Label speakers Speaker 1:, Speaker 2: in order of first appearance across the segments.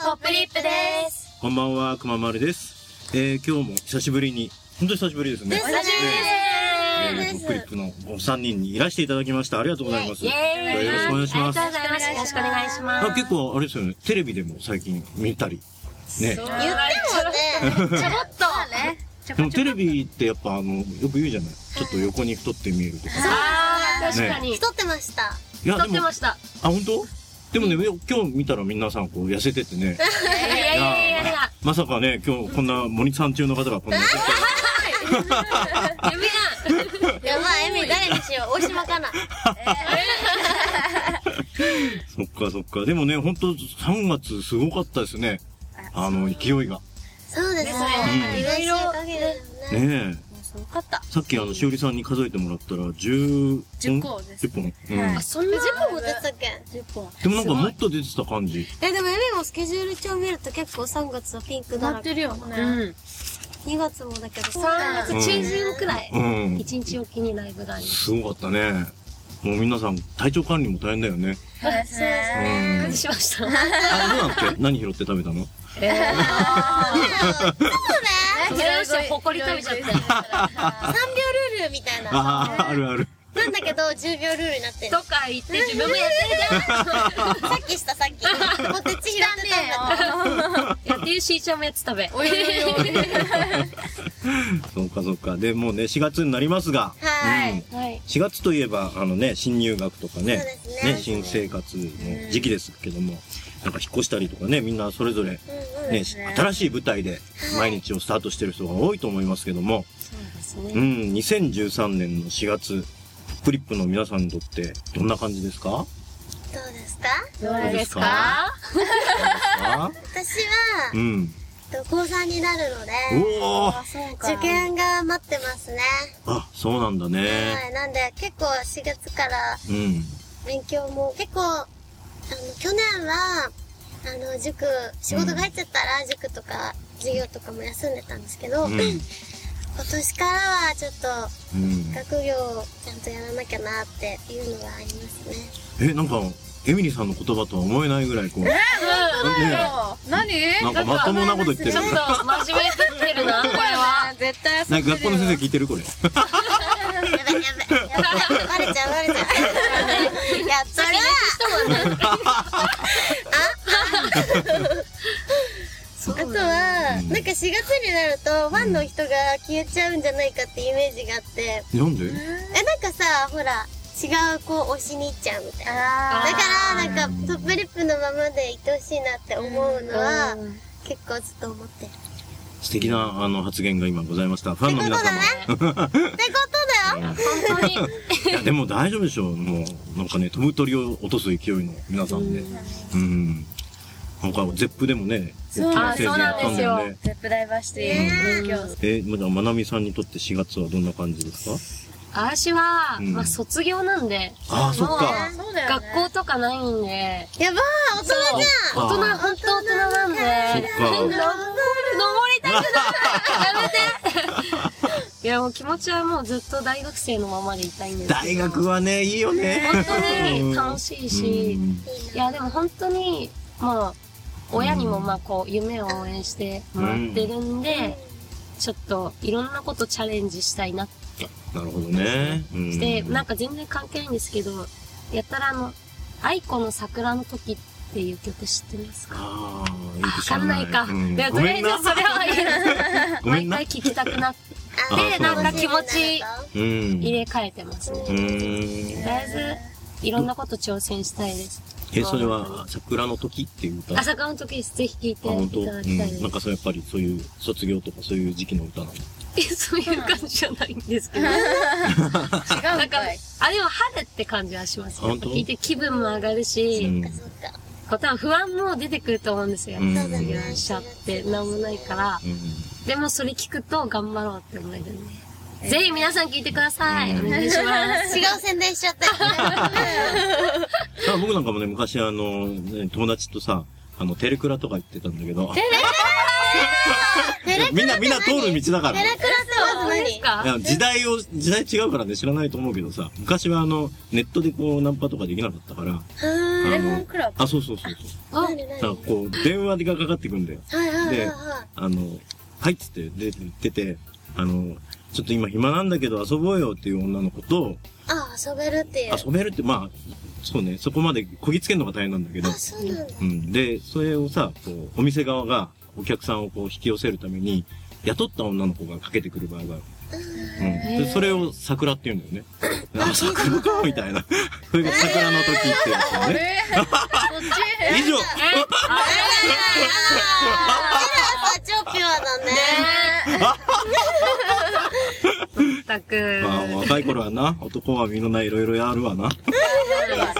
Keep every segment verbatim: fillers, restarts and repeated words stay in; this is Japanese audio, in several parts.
Speaker 1: トップリップです。
Speaker 2: こんばんは、くままるです。えー、今日も久しぶりに、本当に久しぶりですね。
Speaker 1: 久しぶりです。
Speaker 2: えー、トップリップのお三人にいらしていただきました。ありがとうございます。
Speaker 1: イエーイ。
Speaker 2: よろしくお願いします。
Speaker 1: ありがとうございます。よろしくお願いします。
Speaker 2: あ、結構あれですよね。テレビでも最近見たり。ね。
Speaker 1: 言ってもね、ちょろっとね。
Speaker 2: でもテレビってやっぱあの、よく言うじゃない。ちょっと横に太って見えるとか。
Speaker 1: あー、確かに。
Speaker 3: 太ってました。
Speaker 2: いや、
Speaker 1: 太ってました。
Speaker 2: あ、本当？でもね、今日見たら皆さんこう痩せててね。
Speaker 1: いやいやいやいや。
Speaker 2: まさかね、今日こんな森さん中の方がこんな痩せて
Speaker 1: エミだ。
Speaker 3: やばい、エミ誰にしよう。大島かな。
Speaker 2: そっかそっか。でもね、ほんとさんがつすごかったですね。あの、勢いが。
Speaker 3: そうですね。
Speaker 1: いろいろ。
Speaker 2: ねえ。
Speaker 1: すごかった。
Speaker 2: さっきあの、しおりさんに数えてもらったら、じゅう、
Speaker 1: じゅっこです。
Speaker 2: じゅっぽん。うん。
Speaker 1: あ、そんな。
Speaker 3: じゅっこも出てたっけ？
Speaker 1: じゅっぽん。
Speaker 2: でもなんかもっと出てた感じ。
Speaker 3: え、でもエミもスケジュール帳見ると結構さんがつはピンクだらけ。
Speaker 1: なってるよね。
Speaker 3: にがつもだけど。
Speaker 1: さんがつ中旬くらい。
Speaker 2: うん。
Speaker 1: いちにちおきにライブがあります。
Speaker 2: すごかったね。もう皆さん、体調管理も大変だよね。
Speaker 1: そうですね。崩しました。
Speaker 2: あ、どうなって何拾って食べたの？
Speaker 1: えー。
Speaker 3: そうね。
Speaker 1: それをしてほこり食べちゃって。
Speaker 3: さんびょうルールみたいな。
Speaker 2: ああ、あるある。
Speaker 3: なんだけど、じゅうびょうルールになってる。
Speaker 1: とか言って自分もやってるじゃん。
Speaker 3: さっきしたさっき。ポテチ拾ってたんだ。
Speaker 1: やってるしーちゃんもやって食べ。
Speaker 3: おいおいおい。
Speaker 2: そうかそうか。で、もうね、しがつになりますが。
Speaker 3: はい。
Speaker 2: うん。
Speaker 1: はい。
Speaker 2: しがつといえば、あのね、新入学とかね。
Speaker 3: そうですね
Speaker 2: ね、新生活の時期ですけども。なんか引っ越したりとかね、みんなそれぞれ、ね、新しい舞台で毎日をスタートしてる人が多いと思いますけども。
Speaker 1: そうですね。
Speaker 2: うん、にせんじゅうさんねんのしがつ、フリップの皆さんにとってどんな感じですか？
Speaker 3: どうですか？
Speaker 1: どうですか？
Speaker 3: 私は、
Speaker 2: うん。
Speaker 3: 高さんになるので、
Speaker 2: おー、
Speaker 3: 受験が待ってますね。
Speaker 2: あ、そうなんだね。
Speaker 3: はい。なんで、結構しがつから
Speaker 2: うん。
Speaker 3: 勉強も結構、あの、去年は、あの、塾、仕事が入っちゃったら塾とか授業とかも休んでたんですけど、
Speaker 2: うん、
Speaker 3: 今年からはちょっと、
Speaker 2: うん、
Speaker 3: 学業をちゃんとやらなきゃなっていうのがありますね。
Speaker 2: え、なんか、エミリさんの言葉とは思えないぐらいこう。え
Speaker 1: ー、
Speaker 4: 何？
Speaker 2: なんかまともなこと言ってる。
Speaker 1: ちょっと真面目ぶってるな、これは。
Speaker 4: 絶対
Speaker 2: なんか学校の先生聞いてるこれ。
Speaker 3: やべやべ。やべ。バレちゃうバレちゃう。いや、それは、あとは、なんかしがつになると、ファンの人が消えちゃうんじゃないかってイメージがあって。
Speaker 2: なんで？
Speaker 3: え、なんかさ、ほら、違う子を推しに行っちゃうみたいな。だから、なんか、トップリップのままでいてほしいなって思うのは、結構ずっと思ってる。
Speaker 2: 素敵な、あの、発言が今ございました。ファンの皆様。
Speaker 3: ってことだね。ってことだよ。
Speaker 1: 本当に。い
Speaker 2: や、でも大丈夫でしょう。もう、なんかね、飛ぶ鳥を落とす勢いの皆さんで。うん。なんか、ゼップでもね、
Speaker 1: そうなんですよ。
Speaker 4: ゼップダイバーシティの教室。
Speaker 2: え、まなみさんにとってしがつはどんな感じですか？
Speaker 1: 私は、まあ、卒業なんで。
Speaker 2: ああ、そっか。
Speaker 1: 学校とかないんで。
Speaker 3: やばー、大人じゃん。
Speaker 1: 大人、本当大人なんで。
Speaker 2: そっか。
Speaker 1: 登りたくない。やめて。いや、もう気持ちはもうずっと大学生のままでいたいんですけど。
Speaker 2: 大学はね、いいよね。
Speaker 1: 本当に楽しいし。いや、でも本当に、まあ、親にもまあこう、夢を応援してもらってるんで、ちょっといろんなことチャレンジしたいなって。
Speaker 2: なるほどね。
Speaker 1: で、なんか全然関係ないんですけど、やったらあの、愛子の桜の時っていう曲知ってますか？
Speaker 2: ああ、いい
Speaker 1: わかんないか。でもとりあえずそれは毎回聞きたくなって、なんか気持ち入れ替えてますね。とりあえず、いろんなこと挑戦したいです。
Speaker 2: え、それは桜の時っていう歌？
Speaker 1: あ、桜の時です。ぜひ聴いていただきたいです。
Speaker 2: なんかそうやっぱりそういう卒業とかそういう時期の歌なの？
Speaker 1: え、そういう感じじゃないんですけど。違うんかい。あ、でも春って感じはしますね。聞いて気分も上がるし、多分不安も出てくると思うんですよ。卒業しちゃってなんもないから。でもそれ聞くと頑張ろうって思えるんで。ぜひ皆さん聞いてください。お願いします。
Speaker 3: 違う宣伝しちゃった。
Speaker 2: 僕なんかもね、昔あの、友達とさ、あの、テレクラとか行ってたんだけど。
Speaker 3: テレクラ
Speaker 2: みんな、みんな通る道だから。
Speaker 3: テレクラっては何ですか？
Speaker 2: いや、時代を、時代違うからね、知らないと思うけどさ、昔はあの、ネットでこう、ナンパとかできなかったから、
Speaker 4: レモンクラブ。
Speaker 2: あ、そうそうそうそう。
Speaker 3: 何何
Speaker 2: なんかこう、電話がかかってくんだよ。
Speaker 3: はいはいはい
Speaker 2: で、
Speaker 3: はい。
Speaker 2: あの、はいっつって出て出て、あの、ちょっと今暇なんだけど遊ぼうよっていう女の子と、
Speaker 3: あ、遊べるっていう。
Speaker 2: 遊べるって、まあ、そうね、そこまでこぎつけるのが大変なんだけど
Speaker 3: あ、、そうなんだ。
Speaker 2: うん。で、それをさ、こう、お店側がお客さんをこう引き寄せるために、雇った女の子がかけてくる場合がある。うん。で、それを桜って言うんだよね。あ、桜かみたいな。それが桜の時ってやつだね。
Speaker 4: そっち
Speaker 2: 以上
Speaker 3: 朝超ピュアだね。
Speaker 1: たく。
Speaker 2: まあ、若い頃はな、男は身のないいろいろやるわな。
Speaker 3: まとめ上がった。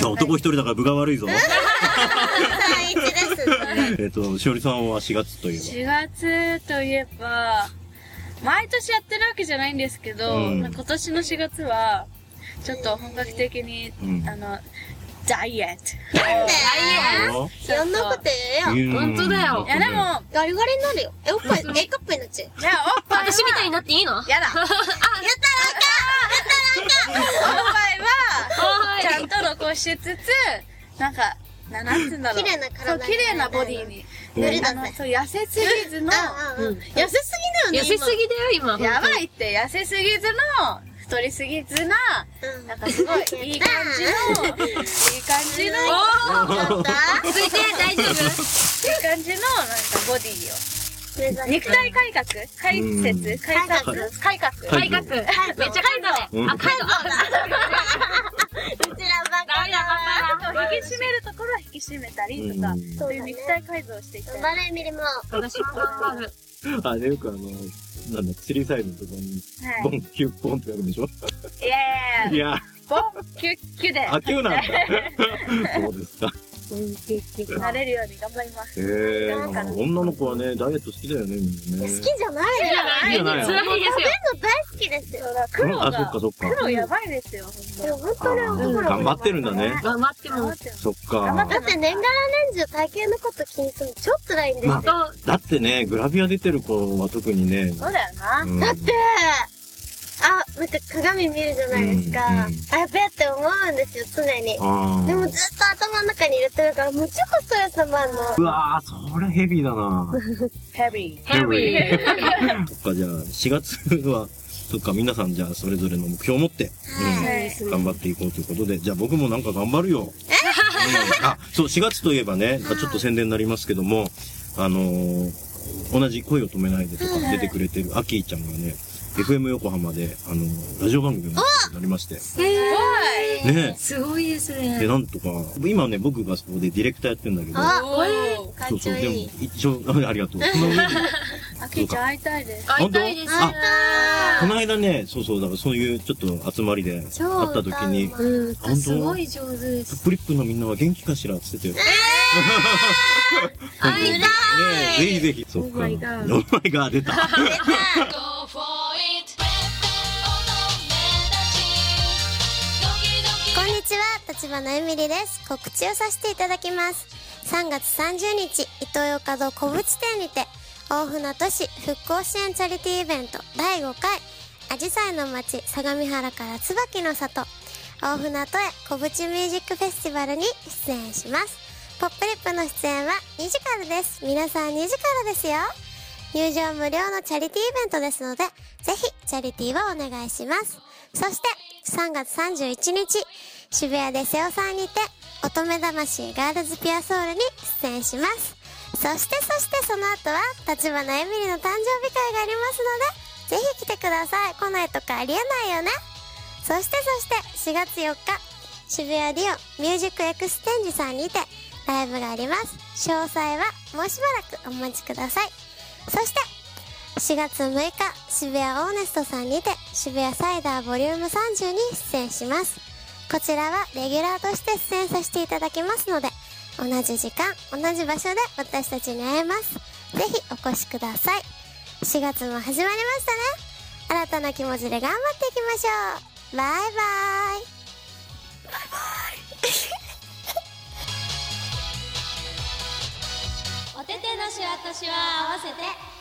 Speaker 2: 男一人だから分が悪いぞ。
Speaker 3: さんいちですね。
Speaker 2: えっと、しおりさんはしがつといえ
Speaker 4: しがつといえば、毎年やってるわけじゃないんですけど、
Speaker 2: うん
Speaker 4: 今年のしがつは、ちょっと本格的に、
Speaker 2: うん
Speaker 4: あの、ダイエット。
Speaker 3: なんで
Speaker 2: ば。
Speaker 3: やんなくてええやん。
Speaker 2: うん
Speaker 1: 本当だよ
Speaker 4: いやでも、
Speaker 3: ガリガリになるよ。え、おっぱい、A カップになっちゃう。
Speaker 4: じゃあおっぱいは、
Speaker 1: 私みたいになっていいの
Speaker 4: やだ。おっぱいは、ちゃんと残しつつ、なんか、ななんつうんだろう。
Speaker 3: 綺麗な体に
Speaker 4: そう、綺麗なボディに。
Speaker 3: 無理だぜ
Speaker 4: あの、そう、痩せすぎずの、
Speaker 3: あ、うん。
Speaker 1: うん
Speaker 3: 痩せすぎだよね。
Speaker 1: 痩せすぎだよ、今。
Speaker 4: やばいって、痩せすぎずの、太りすぎずな、
Speaker 3: うん。
Speaker 4: なんかすごいいい感じの、いい感じの、いい
Speaker 3: やった
Speaker 1: 続いて、大丈夫
Speaker 4: 感じの、なんかボディを。肉体改革改説改革改革
Speaker 1: 改革。めっちゃ改革ね。
Speaker 2: うん
Speaker 1: あ、改革。
Speaker 3: うちらバカだわ。
Speaker 4: 引き締めるところは引き締めたりとか
Speaker 2: うん、
Speaker 4: そういう肉体改造をしていきたい。
Speaker 3: 頑張れ、ミリも。
Speaker 1: 私も頑張る。
Speaker 2: あ、でよくあの、なんだ、釣りサイドのところに、ボン、キュッ、ボンってやるんでしょ
Speaker 4: いやいや、
Speaker 2: いや、
Speaker 4: ボン、キュッキュで、
Speaker 2: あ、キューなんだ。そうですか。
Speaker 4: なれるように頑張ります。
Speaker 2: へえ、なんか女の子はね、ダイエット好きだよね、みんなね。
Speaker 3: 好きじゃないよ。
Speaker 2: 好きじゃないよ。
Speaker 1: 辛いですよ。
Speaker 3: 食べるの大好きですよ。
Speaker 4: 黒
Speaker 2: あ、そっか
Speaker 4: が、
Speaker 2: そっか。
Speaker 4: 黒やばいですよ、
Speaker 3: でも
Speaker 4: ほん
Speaker 3: 本当に
Speaker 2: あ
Speaker 3: 男の子
Speaker 2: ー頑張ってるんだね。
Speaker 1: 頑張っても
Speaker 4: と頑張っ。てます。
Speaker 2: そっか。
Speaker 3: だって年がら年中体型のこと気にするの超辛いんですよ。
Speaker 2: ま
Speaker 1: と、
Speaker 2: だってね、グラビア出てる子は特にね、
Speaker 4: そうだよな。
Speaker 2: うん
Speaker 3: だって、あ、なんか鏡見るじゃないですか。
Speaker 2: うんうん
Speaker 3: あ、やべえって思うんですよ、常に。
Speaker 2: あ
Speaker 3: でもずっと頭の中に入れてるから、もう超ストレスたまんの。
Speaker 2: ーうわー、それヘビーだな。
Speaker 4: ヘビー。
Speaker 1: ヘビー。
Speaker 2: そっか、じゃあ、しがつは、そっか、皆さんじゃあ、それぞれの目標を持って、うん、頑張っていこうということで、じゃあ僕もなんか頑張るよ。うん、あ、そう、しがつといえばね、ちょっと宣伝になりますけども、あのー、同じ恋を止めないでとか出てくれてるアキーちゃんがね、エフエム 横浜で、あの、ラジオ番組をなりまして。
Speaker 1: え
Speaker 2: ね
Speaker 1: ー、すごいです
Speaker 2: で、
Speaker 1: ね。
Speaker 2: なんとか、今ね、僕がそこでディレクターやってんだけど、
Speaker 3: あ、
Speaker 4: おー。
Speaker 3: か
Speaker 2: そうそう、でも
Speaker 3: っちょいい。、
Speaker 2: 一応、ありがとう。その上に、
Speaker 4: あきちゃん会いたいです。
Speaker 1: 会いたいです。
Speaker 2: あこの間ね、そうそう、だからそういうちょっと集まりで会った
Speaker 3: 超
Speaker 2: 時に、
Speaker 3: 歌う
Speaker 1: うん
Speaker 2: 本当
Speaker 1: すごい上手で
Speaker 2: フ
Speaker 1: す。
Speaker 2: ップリップのみんなは元気かしらって言ってたよ。本当にねえぜひぜひ。そっか。
Speaker 1: Oh my god
Speaker 2: オーマイガー出た。
Speaker 3: こんにちは、立花えみりです。告知をさせていただきます。さんがつさんじゅうにち、イトーヨーカドー小淵店にて、大船渡市復興支援チャリティーイベントだいごかい、あじさいの街相模原から椿の里、大船渡へ小淵ミュージックフェスティバルに出演します。ポップリップの出演はにじからです。皆さんにじからですよ。入場無料のチャリティーイベントですので、ぜひチャリティーをお願いします。そして、さんがつさんじゅういちにち、渋谷で瀬尾さんにて、乙女魂ガールズピュアソウルに出演します。そしてそしてその後は、立花えみりの誕生日会がありますので、ぜひ来てください。来ないとかありえないよね。そしてそしてしがつよっか、渋谷ディオミュージックエクステンジさんにてライブがあります。詳細はもうしばらくお待ちください。そしてしがつむいか、渋谷オーネストさんにて渋谷サイダーボリュームさんじゅうに出演します。こちらはレギュラーとして出演させていただきますので、同じ時間、同じ場所で私たちに会えます。ぜひお越しください。しがつも始まりましたね。新たな気持ちで頑張っていきましょう。バイバイ。バイバイ。
Speaker 5: お手手のしわとしわ合わせて